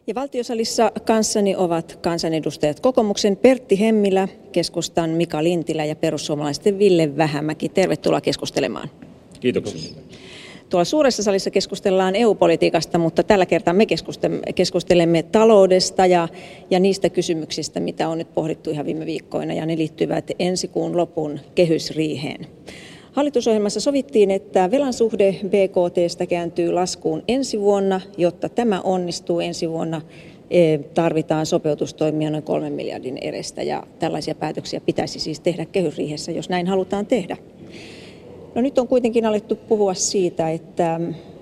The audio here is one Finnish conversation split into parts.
Ja valtiosalissa kanssani ovat kansanedustajat kokoomuksen Pertti Hemmilä, keskustan Mika Lintilä ja perussuomalaisten Ville Vähämäki. Tervetuloa keskustelemaan. Kiitoksia. Tuolla suuressa salissa keskustellaan EU-politiikasta, mutta tällä kertaa me keskustelemme taloudesta ja niistä kysymyksistä, mitä on nyt pohdittu ihan viime viikkoina, ja ne liittyvät ensi kuun lopun kehysriiheen. Hallitusohjelmassa sovittiin, että velan suhde BKT:stä kääntyy laskuun ensi vuonna. Jotta tämä onnistuu ensi vuonna, tarvitaan sopeutustoimia noin 3 miljardin edestä, ja tällaisia päätöksiä pitäisi siis tehdä kehysriihessä, jos näin halutaan tehdä. No nyt on kuitenkin alettu puhua siitä, että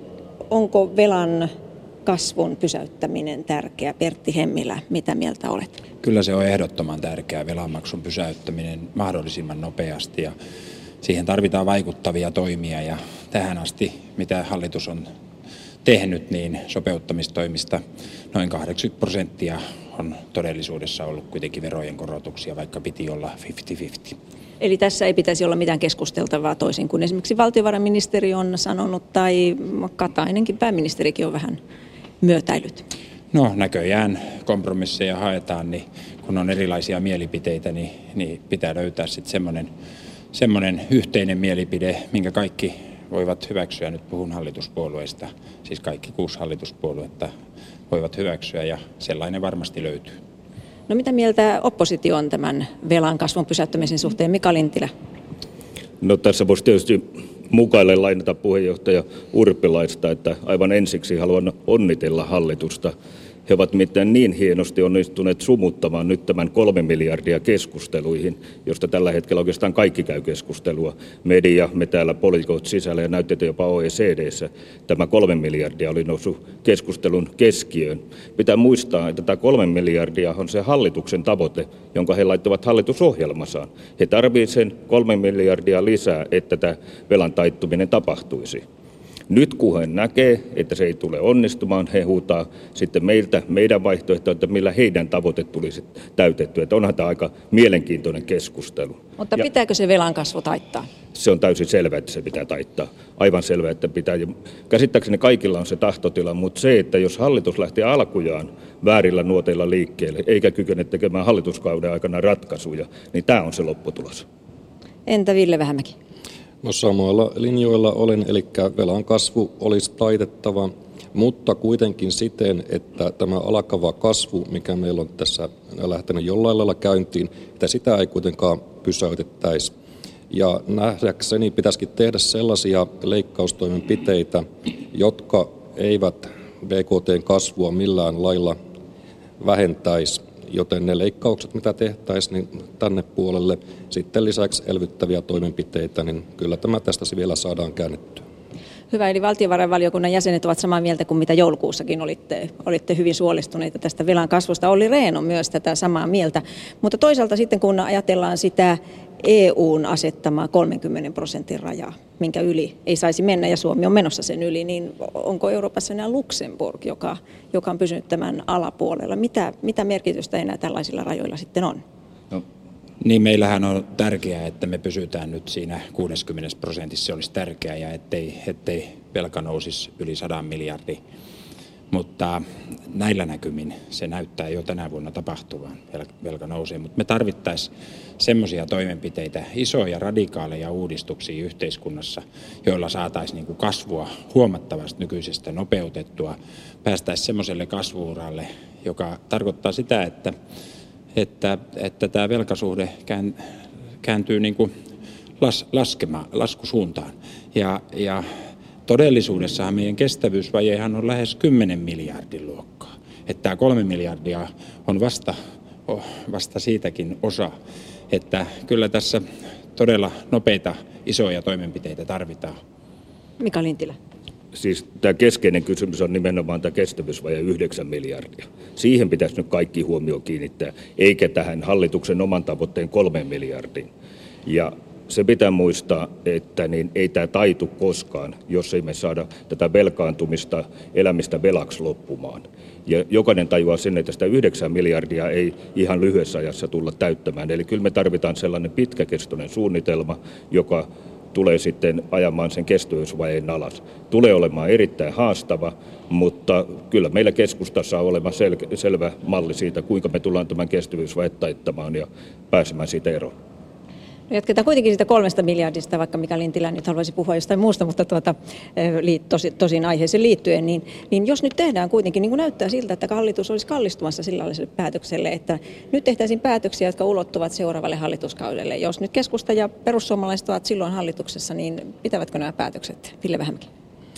onko velan kasvun pysäyttäminen tärkeä. Pertti Hemmilä, mitä mieltä olet? Kyllä se on ehdottoman tärkeää, velanmaksun pysäyttäminen mahdollisimman nopeasti, ja siihen tarvitaan vaikuttavia toimia, ja tähän asti, mitä hallitus on tehnyt, niin sopeuttamistoimista noin 80% on todellisuudessa ollut kuitenkin verojen korotuksia, vaikka piti olla 50-50. Eli tässä ei pitäisi olla mitään keskusteltavaa, toisin kuin esimerkiksi valtiovarainministeri on sanonut, tai Katainenkin pääministerikin on vähän myötäillyt. No näköjään kompromisseja haetaan, niin kun on erilaisia mielipiteitä, niin pitää löytää sitten semmoinen yhteinen mielipide, minkä kaikki voivat hyväksyä. Nyt puhun hallituspuolueista, siis kaikki 6 hallituspuoluetta voivat hyväksyä, ja sellainen varmasti löytyy. No mitä mieltä oppositio on tämän velan kasvun pysäyttämisen suhteen? Mika Lintilä. No tässä voisi tietysti mukaille lainata puheenjohtaja Urpilaista, että aivan ensiksi haluan onnitella hallitusta. He ovat nimittäin niin hienosti onnistuneet sumuttamaan nyt tämän 3 miljardia keskusteluihin, josta tällä hetkellä oikeastaan kaikki käy keskustelua. Media, me täällä poliitikot sisällä ja näytteet jopa OECD:ssä. Tämä 3 miljardia oli noussut keskustelun keskiöön. Pitää muistaa, että tämä 3 miljardia on se hallituksen tavoite, jonka he laittavat hallitusohjelmassaan. He tarvitsevat sen 3 miljardia lisää, että tämä velan taittuminen tapahtuisi. Nyt kun he näkee, että se ei tule onnistumaan, he huutaa sitten meidän vaihtoehtoa, että millä heidän tavoite tulisi täytettyä. Että onhan tämä aika mielenkiintoinen keskustelu. Mutta pitääkö se velan kasvu taittaa? Se on täysin selvää, että se pitää taittaa. Aivan selvää, että pitää. Käsittääkseni kaikilla on se tahtotila, mutta se, että jos hallitus lähtee alkujaan väärillä nuoteilla liikkeelle, eikä kykene tekemään hallituskauden aikana ratkaisuja, niin tämä on se lopputulos. Entä Ville Vähämäki? No samoilla linjoilla olen, eli velan kasvu olisi taitettava, mutta kuitenkin siten, että tämä alkava kasvu, mikä meillä on tässä lähtenyt jollain lailla käyntiin, että sitä ei kuitenkaan pysäytettäisi. Ja nähdäkseni pitäisikin tehdä sellaisia leikkaustoimenpiteitä, jotka eivät BKT:n kasvua millään lailla vähentäisi. Joten ne leikkaukset, mitä tehtäisiin, niin tänne puolelle sitten lisäksi elvyttäviä toimenpiteitä, niin kyllä tämä tästä vielä saadaan käännettyä. Hyvä, eli valtiovarainvaliokunnan jäsenet ovat samaa mieltä kuin mitä joulukuussakin olitte hyvin suolistuneita tästä velan kasvusta. Olli Rehn on myös tätä samaa mieltä, mutta toisaalta sitten kun ajatellaan sitä EUn asettamaa 30% rajaa, minkä yli ei saisi mennä, ja Suomi on menossa sen yli, niin onko Euroopassa enää Luxemburg, joka on pysynyt tämän alapuolella? Mitä merkitystä enää tällaisilla rajoilla sitten on? No, niin meillähän on tärkeää, että me pysytään nyt siinä 60%, se olisi tärkeää, ja ettei velka nousisi yli 100 miljardia. Mutta näillä näkymin se näyttää jo tänä vuonna tapahtuvan, velka nousee. Mutta me tarvittaisiin semmoisia toimenpiteitä, isoja radikaaleja uudistuksia yhteiskunnassa, joilla saataisiin niin kuin kasvua huomattavasti nykyisestä nopeutettua. Päästäisiin semmoiselle kasvu-uralle, joka tarkoittaa sitä, että tämä velkasuhde kääntyy niin kuin laskusuuntaan. Ja todellisuudessahan meidän kestävyysvajehan on lähes 10 miljardin luokkaa. Että tämä 3 miljardia on vasta siitäkin osa. Että kyllä tässä todella nopeita, isoja toimenpiteitä tarvitaan. Mika Lintilä. Siis tämä keskeinen kysymys on nimenomaan tämä kestävyysvaje 9 miljardia. Siihen pitäisi nyt kaikki huomio kiinnittää, eikä tähän hallituksen oman tavoitteen 3 miljardin. Ja se pitää muistaa, että niin ei tämä taitu koskaan, jos ei me saada tätä velkaantumista, elämistä velaksi loppumaan. Ja jokainen tajuaa sen, että sitä 9 miljardia ei ihan lyhyessä ajassa tulla täyttämään. Eli kyllä me tarvitaan sellainen pitkäkestoinen suunnitelma, joka tulee sitten ajamaan sen kestävyysvajeen alas. Tulee olemaan erittäin haastava, mutta kyllä meillä keskustassa on olemassa selvä malli siitä, kuinka me tullaan tämän kestävyysvajeen taittamaan ja pääsemään siitä eroon. No jatketaan kuitenkin siitä 3 miljardista, vaikka Mika Lintilä nyt haluaisi puhua jostain muusta, mutta tosin aiheeseen liittyen, niin jos nyt tehdään kuitenkin, niin kuin näyttää siltä, että hallitus olisi kallistumassa sellaiselle päätökselle, että nyt tehtäisiin päätöksiä, jotka ulottuvat seuraavalle hallituskaudelle. Jos nyt keskusta ja perussuomalaiset ovat silloin hallituksessa, niin pitävätkö nämä päätökset? Ville Vähämäki.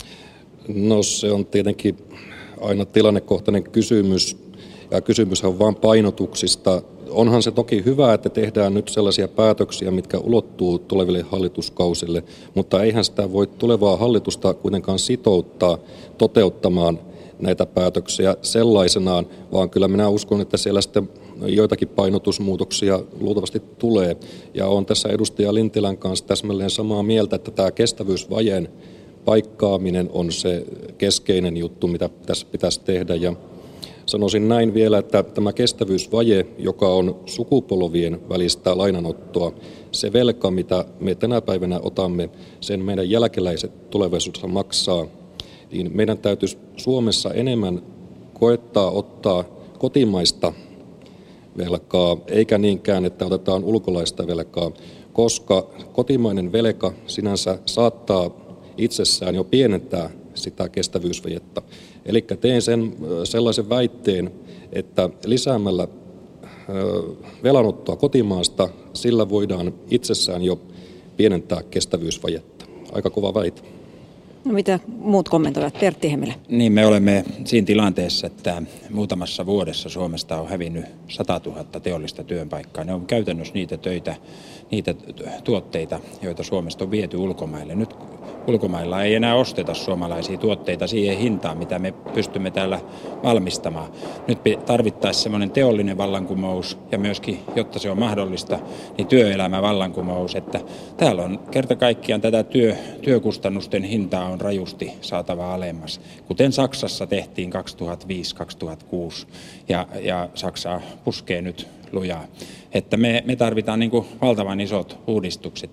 No se on tietenkin aina tilannekohtainen kysymys, ja kysymyshän on vain painotuksista. Onhan se toki hyvä, että tehdään nyt sellaisia päätöksiä, mitkä ulottuu tuleville hallituskausille, mutta eihän sitä voi tulevaa hallitusta kuitenkaan sitouttaa toteuttamaan näitä päätöksiä sellaisenaan, vaan kyllä minä uskon, että siellä sitten joitakin painotusmuutoksia luultavasti tulee. Ja olen tässä edustaja Lintilän kanssa täsmälleen samaa mieltä, että tämä kestävyysvajeen paikkaaminen on se keskeinen juttu, mitä tässä pitäisi tehdä. Ja sanoisin näin vielä, että tämä kestävyysvaje, joka on sukupolvien välistä lainanottoa, se velka, mitä me tänä päivänä otamme, sen meidän jälkeläiset tulevaisuudessa maksaa, niin meidän täytyisi Suomessa enemmän koettaa ottaa kotimaista velkaa, eikä niinkään, että otetaan ulkolaista velkaa, koska kotimainen velka sinänsä saattaa itsessään jo pienentää sitä kestävyysvajetta. Eli teen sellaisen väitteen, että lisäämällä velanottoa kotimaasta, sillä voidaan itsessään jo pienentää kestävyysvajetta. Aika kova väite. No mitä muut kommentoivat? Pertti Hemmilä. Niin, me olemme siinä tilanteessa, että muutamassa vuodessa Suomesta on hävinnyt 100 000 teollista työpaikkaa. Ne on käytännössä niitä tuotteita, joita Suomesta on viety ulkomaille. Nyt ulkomailla ei enää osteta suomalaisia tuotteita siihen hintaan, mitä me pystymme täällä valmistamaan. Nyt tarvittaisiin semmoinen teollinen vallankumous ja myöskin, jotta se on mahdollista, niin työelämän vallankumous, että täällä on kerta kaikkiaan tätä työkustannusten hintaa on rajusti saatava alemmas, kuten Saksassa tehtiin 2005-2006 ja Saksa puskee nyt lujaa. Että me tarvitaan niin kuin valtavan isot uudistukset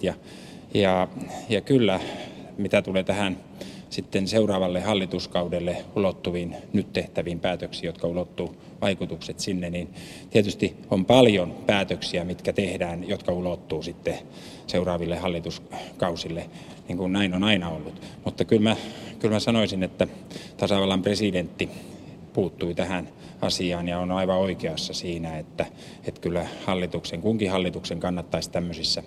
ja kyllä mitä tulee tähän sitten seuraavalle hallituskaudelle ulottuviin nyt tehtäviin päätöksiin, jotka ulottuu vaikutukset sinne, niin tietysti on paljon päätöksiä, mitkä tehdään, jotka ulottuu sitten seuraaville hallituskausille, niin kuin näin on aina ollut. Mutta kyllä mä sanoisin, että tasavallan presidentti puuttui tähän asiaan ja on aivan oikeassa siinä, että kyllä kunkin hallituksen kannattaisi tämmöisissä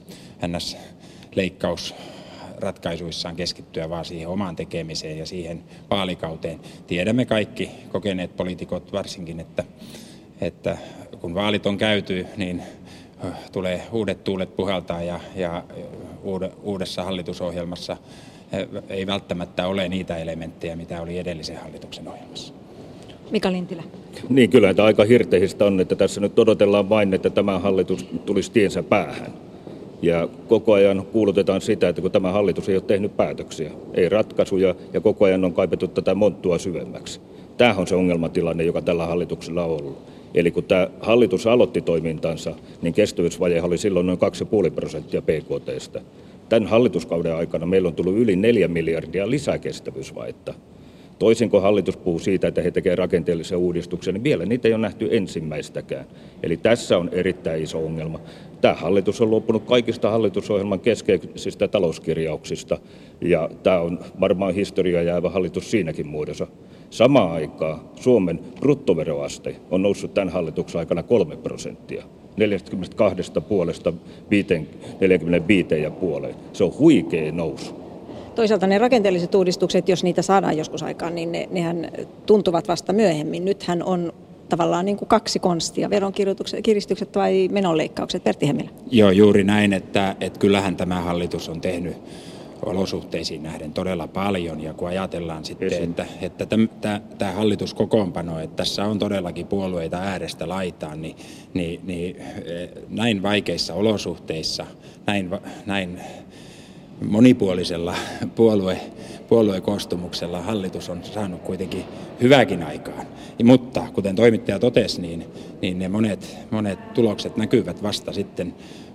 NS-leikkausratkaisuissaan keskittyä vaan siihen omaan tekemiseen ja siihen vaalikauteen. Tiedämme kaikki kokeneet poliitikot varsinkin, että kun vaalit on käyty, niin tulee uudet tuulet puhaltaa ja uudessa hallitusohjelmassa ei välttämättä ole niitä elementtejä, mitä oli edellisen hallituksen ohjelmassa. Mika Lintilä. Niin, kyllä tämä aika hirteistä on, että tässä nyt odotellaan vain, että tämä hallitus tulisi tiensä päähän. Ja koko ajan kuulutetaan sitä, että kun tämä hallitus ei ole tehnyt päätöksiä, ei ratkaisuja ja koko ajan on kaipettu tätä monttua syvemmäksi. Tämähän on se ongelmatilanne, joka tällä hallituksella on ollut. Eli kun tämä hallitus aloitti toimintansa, niin kestävyysvaje oli silloin noin 2,5% BKT:stä. Tämän hallituskauden aikana meillä on tullut yli 4 miljardia lisää kestävyysvajetta. Toisin kuin hallitus puhuu siitä, että he tekevät rakenteellisia uudistuksia, niin vielä niitä ei ole nähty ensimmäistäkään. Eli tässä on erittäin iso ongelma. Tämä hallitus on luopunut kaikista hallitusohjelman keskeisistä talouskirjauksista, ja tämä on varmaan historiaan jäävä hallitus siinäkin muodossa. Samaan aikaan Suomen bruttoveroaste on noussut tämän hallituksen aikana 3%, 42,5 45,5. Se on huikea nousu. Toisaalta ne rakenteelliset uudistukset, jos niitä saadaan joskus aikaan, niin nehän tuntuvat vasta myöhemmin. Nythän on tavallaan niin kuin kaksi konstia, veronkiristykset vai menonleikkaukset. Pertti Hemmilä. Joo, juuri näin, että kyllähän tämä hallitus on tehnyt olosuhteisiin nähden todella paljon, ja kun ajatellaan sitten, että tämä hallituskokoonpano, että tässä on todellakin puolueita äärestä laitaan, niin näin vaikeissa olosuhteissa, näin monipuolisella puoluekoostumuksella hallitus on saanut kuitenkin hyvääkin aikaan. Mutta kuten toimittaja totesi, niin ne monet tulokset näkyvät vasta sitten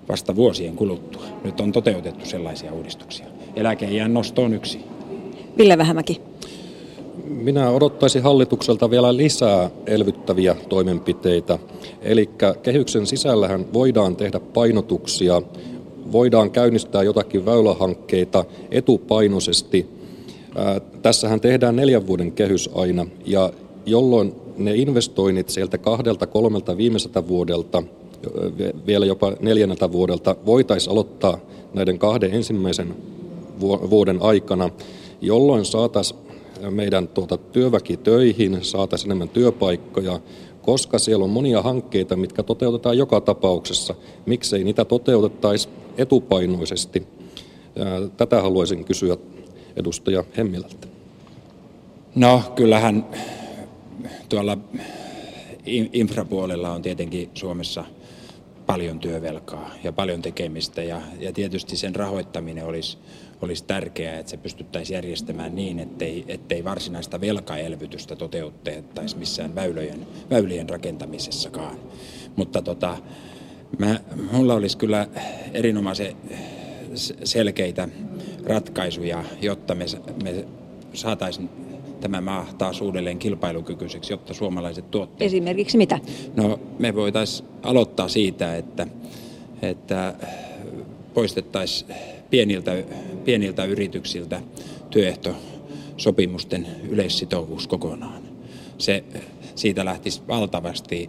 vasta vuosien kuluttua. Nyt on toteutettu sellaisia uudistuksia. Eläkeiän nosto on yksi. Ville Vähämäki. Minä odottaisin hallitukselta vielä lisää elvyttäviä toimenpiteitä. Eli kehyksen sisällähän voidaan tehdä painotuksia, voidaan käynnistää jotakin väylähankkeita etupainoisesti. Tässähän tehdään 4 vuoden kehys aina, ja jolloin ne investoinnit sieltä 2-3 viimeiseltä vuodelta, vielä jopa 4. vuodelta, voitaisiin aloittaa näiden 2 ensimmäisen vuoden aikana, jolloin saataisiin meidän työväki töihin, saataisiin enemmän työpaikkoja, koska siellä on monia hankkeita, mitkä toteutetaan joka tapauksessa. Miksei niitä toteutettaisi etupainoisesti? Tätä haluaisin kysyä edustaja Hemmilältä. No kyllähän tuolla infrapuolella on tietenkin Suomessa paljon työvelkaa ja paljon tekemistä ja tietysti sen rahoittaminen olisi tärkeää, että se pystyttäisiin järjestämään niin, ettei varsinaista velkaelvytystä toteutettaisi missään väylien rakentamisessakaan. Mutta mulla olisi kyllä erinomaisen selkeitä ratkaisuja, jotta me saataisiin tämä maa taas uudelleen kilpailukykyiseksi, jotta suomalaiset tuotteet... Esimerkiksi mitä? No me voitaisiin aloittaa siitä, että poistettaisiin pieniltä yrityksiltä työehtosopimusten yleissitovuus kokonaan. Siitä lähtisi valtavasti,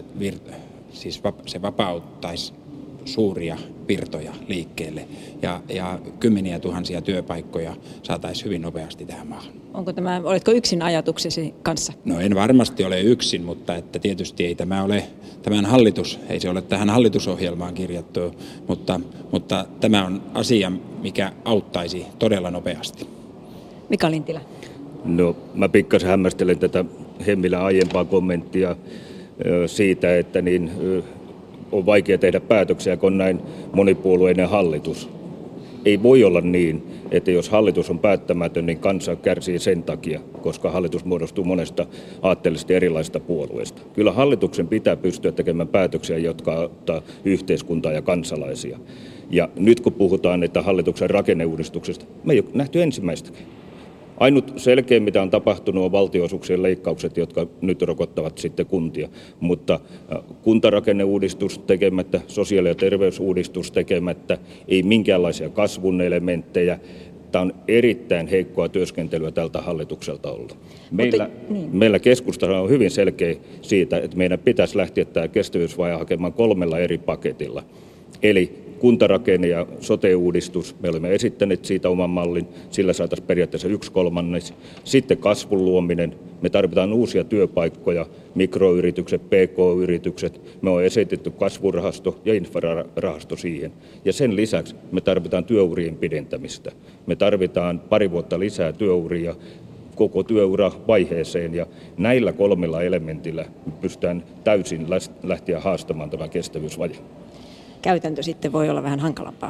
se vapauttaisi suuria virtoja liikkeelle ja kymmeniä tuhansia työpaikkoja saataisiin hyvin nopeasti tähän maahan. Oletko yksin ajatuksesi kanssa? No en varmasti ole yksin, mutta että tietysti ei tämä ole ei se ole tähän hallitusohjelmaan kirjattu, mutta tämä on asia, mikä auttaisi todella nopeasti. Mika Lintilä. No mä pikkasen hämmästelen tätä Hemmilän aiempaa kommenttia siitä, että on vaikea tehdä päätöksiä, kun on näin monipuolueinen hallitus. Ei voi olla niin, että jos hallitus on päättämätön, niin kansa kärsii sen takia, koska hallitus muodostuu monesta aatteellisesti erilaisista puolueista. Kyllä hallituksen pitää pystyä tekemään päätöksiä, jotka auttaa yhteiskuntaa ja kansalaisia. Ja nyt kun puhutaan, että hallituksen rakenneuudistuksesta, me ei ole nähty ensimmäistäkin. Ainut selkeä, mitä on tapahtunut, on valtionosuuksien leikkaukset, jotka nyt rokottavat sitten kuntia. Mutta kuntarakenneuudistus tekemättä, sosiaali- ja terveysuudistus tekemättä, ei minkäänlaisia kasvun elementtejä. Tämä on erittäin heikkoa työskentelyä tältä hallitukselta ollut. Meillä keskustalla on hyvin selkeä siitä, että meidän pitäisi lähteä tämä kestävyysvaje hakemaan 3 eri paketilla. Eli kuntarakenne ja sote-uudistus, me olemme esittäneet siitä oman mallin, sillä saataisiin periaatteessa 1/3. Sitten kasvun luominen, me tarvitaan uusia työpaikkoja, mikroyritykset, pk-yritykset, me on esitetty kasvurahasto ja infrarahasto siihen. Ja sen lisäksi me tarvitaan työurien pidentämistä. Me tarvitaan 2 vuotta lisää työuria koko työuravaiheeseen ja näillä 3 elementillä me pystytään täysin lähteä haastamaan tämä kestävyysvaje. Käytäntö sitten voi olla vähän hankalampaa.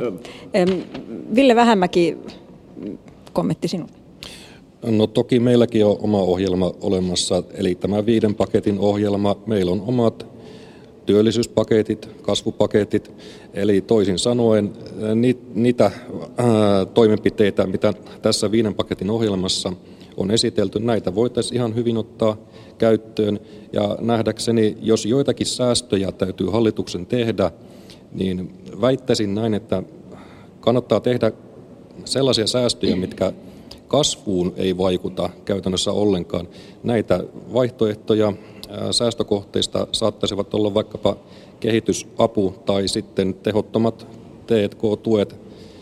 Ville Vähämäki, kommentti sinulta. No toki meilläkin on oma ohjelma olemassa, eli tämä 5 paketin ohjelma. Meillä on omat työllisyyspaketit, kasvupaketit, eli toisin sanoen niitä toimenpiteitä, mitä tässä 5 paketin ohjelmassa on esitelty, näitä voitaisiin ihan hyvin ottaa käyttöön. Ja nähdäkseni, jos joitakin säästöjä täytyy hallituksen tehdä, niin väittäisin näin, että kannattaa tehdä sellaisia säästöjä, mitkä kasvuun ei vaikuta käytännössä ollenkaan. Näitä vaihtoehtoja säästökohteista saattaisivat olla vaikkapa kehitysapu tai sitten tehottomat T&K-tuet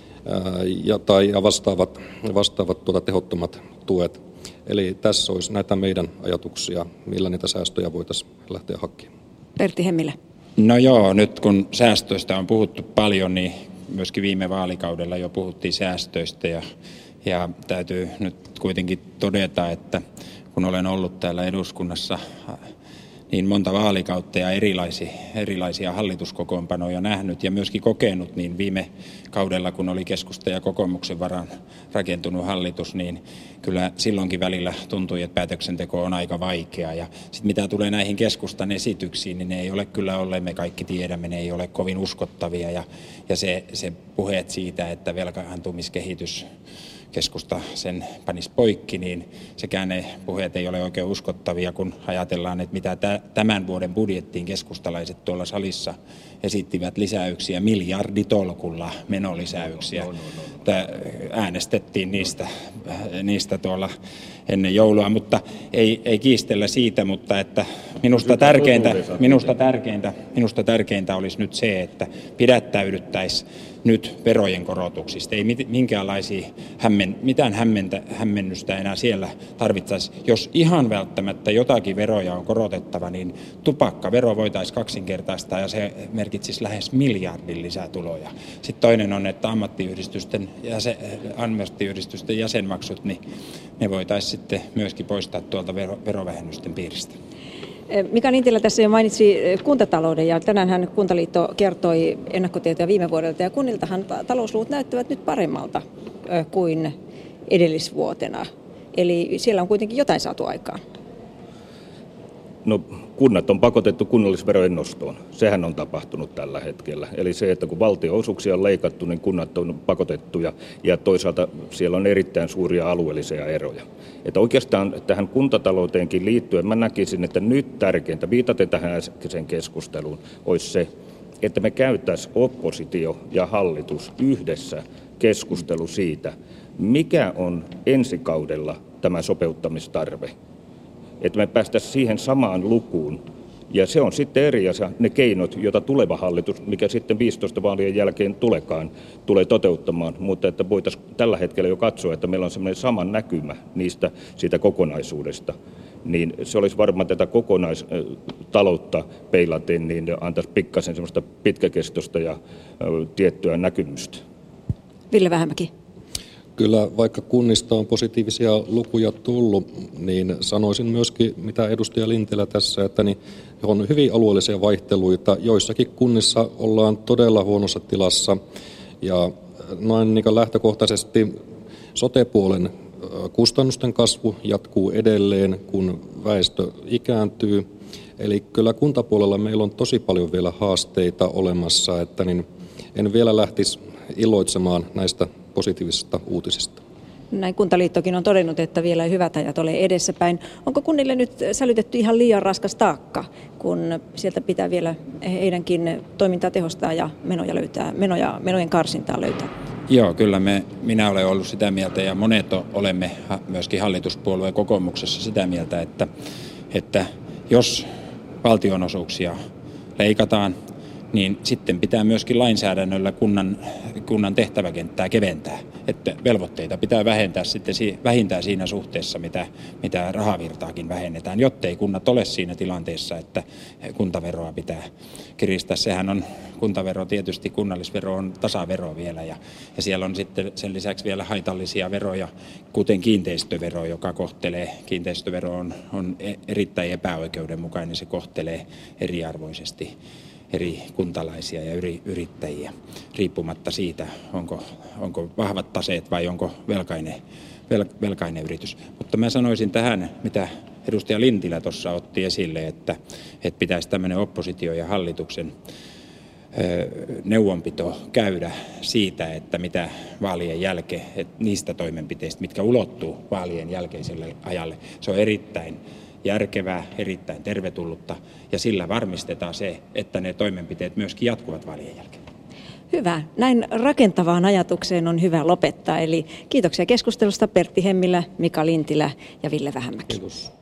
tai vastaavat tehottomat tuet. Eli tässä olisi näitä meidän ajatuksia, millä niitä säästöjä voitaisiin lähteä hakemaan. Pertti Hemmilä. No joo, nyt kun säästöistä on puhuttu paljon, niin myöskin viime vaalikaudella jo puhuttiin säästöistä ja täytyy nyt kuitenkin todeta, että kun olen ollut täällä eduskunnassa niin monta vaalikautta ja erilaisia hallituskokoonpanoja nähnyt ja myöskin kokenut, niin viime kaudella, kun oli keskusta ja kokoomuksen varaan rakentunut hallitus, niin kyllä silloinkin välillä tuntui, että päätöksenteko on aika vaikeaa. Ja sitten mitä tulee näihin keskustan esityksiin, niin ne ei ole kyllä olleet, me kaikki tiedämme, ne ei ole kovin uskottavia. Ja se puheet siitä, että velkaantumiskehitys keskusta sen panisi poikki, niin sekään ne puheet ei ole oikein uskottavia, kun ajatellaan, että mitä tämän vuoden budjettiin keskustalaiset tuolla salissa esittivät lisäyksiä, miljarditolkulla menolisäyksiä. Äänestettiin niistä tuolla ennen joulua, mutta ei kiistellä siitä, mutta että minusta tärkeintä olisi nyt se, että pidättäydyttäisiin nyt verojen korotuksista. Ei mitään hämmennystä enää siellä tarvittaisi. Jos ihan välttämättä jotakin veroja on korotettava, niin tupakkavero voitaisiin kaksinkertaistaa ja se merkitsisi lähes miljardin lisätuloja. Sitten toinen on, että ammattiyhdistysten jäsenmaksut, niin ne voitaisiin sitten myöskin poistaa tuolta verovähennysten piiristä. Mika Lintilä tässä jo mainitsi kuntatalouden ja tänäänhän Kuntaliitto kertoi ennakkotietoja viime vuodelta ja kunniltahan talousluvut näyttävät nyt paremmalta kuin edellisvuotena. Eli siellä on kuitenkin jotain saatu aikaan. No, kunnat on pakotettu kunnallisverojen nostoon. Sehän on tapahtunut tällä hetkellä. Eli se, että kun valtionosuuksia on leikattu, niin kunnat on pakotettuja ja toisaalta siellä on erittäin suuria alueellisia eroja. Että oikeastaan tähän kuntatalouteenkin liittyen mä näkisin, että nyt tärkeintä, viitaten tähän äskeiseen keskusteluun, olisi se, että me käytäisiin oppositio ja hallitus yhdessä keskustelu siitä, mikä on ensi kaudella tämä sopeuttamistarve. Että me päästäisiin siihen samaan lukuun. Ja se on sitten eri asia, ne keinot, joita tuleva hallitus, mikä sitten 15 vaalien jälkeen tulee toteuttamaan. Mutta että voitaisiin tällä hetkellä jo katsoa, että meillä on semmoinen sama näkymä siitä kokonaisuudesta. Niin se olisi varmaan tätä kokonaistaloutta peilaten, niin antaisi pikkasen semmoista pitkäkestoista ja tiettyä näkymystä. Ville Vähämäki. Kyllä, vaikka kunnista on positiivisia lukuja tullut, niin sanoisin myöskin, mitä edustaja Lintilä tässä, että niin on hyvin alueellisia vaihteluita. Joissakin kunnissa ollaan todella huonossa tilassa ja noin niin lähtökohtaisesti sote-puolen kustannusten kasvu jatkuu edelleen, kun väestö ikääntyy. Eli kyllä kuntapuolella meillä on tosi paljon vielä haasteita olemassa, että niin en vielä lähtisi iloitsemaan näistä positiivisista uutisista. Näin Kuntaliittokin on todennut, että vielä ei hyvät ajat ole edessäpäin. Onko kunnille nyt sälytetty ihan liian raskas taakka, kun sieltä pitää vielä heidänkin toimintaa tehostaa ja menojen karsintaa löytää? Joo, kyllä minä olen ollut sitä mieltä ja monet olemme myöskin hallituspuolueen kokoomuksessa sitä mieltä, että jos valtionosuuksia leikataan, niin sitten pitää myöskin lainsäädännöllä kunnan tehtäväkenttää keventää. Että velvoitteita pitää vähentää sitten vähintään siinä suhteessa, mitä rahavirtaakin vähennetään, jottei kunnat ole siinä tilanteessa, että kuntaveroa pitää kiristää. Sehän on kuntavero, tietysti kunnallisvero on tasavero vielä ja siellä on sitten sen lisäksi vielä haitallisia veroja, kuten kiinteistövero, joka kiinteistövero on erittäin epäoikeudenmukainen, se kohtelee eriarvoisesti eri kuntalaisia ja yrittäjiä, riippumatta siitä, onko vahvat taseet vai onko velkainen yritys. Mutta mä sanoisin tähän, mitä edustaja Lintilä tuossa otti esille, että pitäisi tämmöinen oppositio ja hallituksen neuvonpito käydä siitä, että mitä vaalien jälkeen, että niistä toimenpiteistä, mitkä ulottuu vaalien jälkeiselle ajalle. Se on erittäin järkevää, erittäin tervetullutta ja sillä varmistetaan se, että ne toimenpiteet myöskin jatkuvat vaalien jälkeen. Hyvä. Näin rakentavaan ajatukseen on hyvä lopettaa. Eli kiitoksia keskustelusta Pertti Hemmilä, Mika Lintilä ja Ville Vähämäki. Kiitos.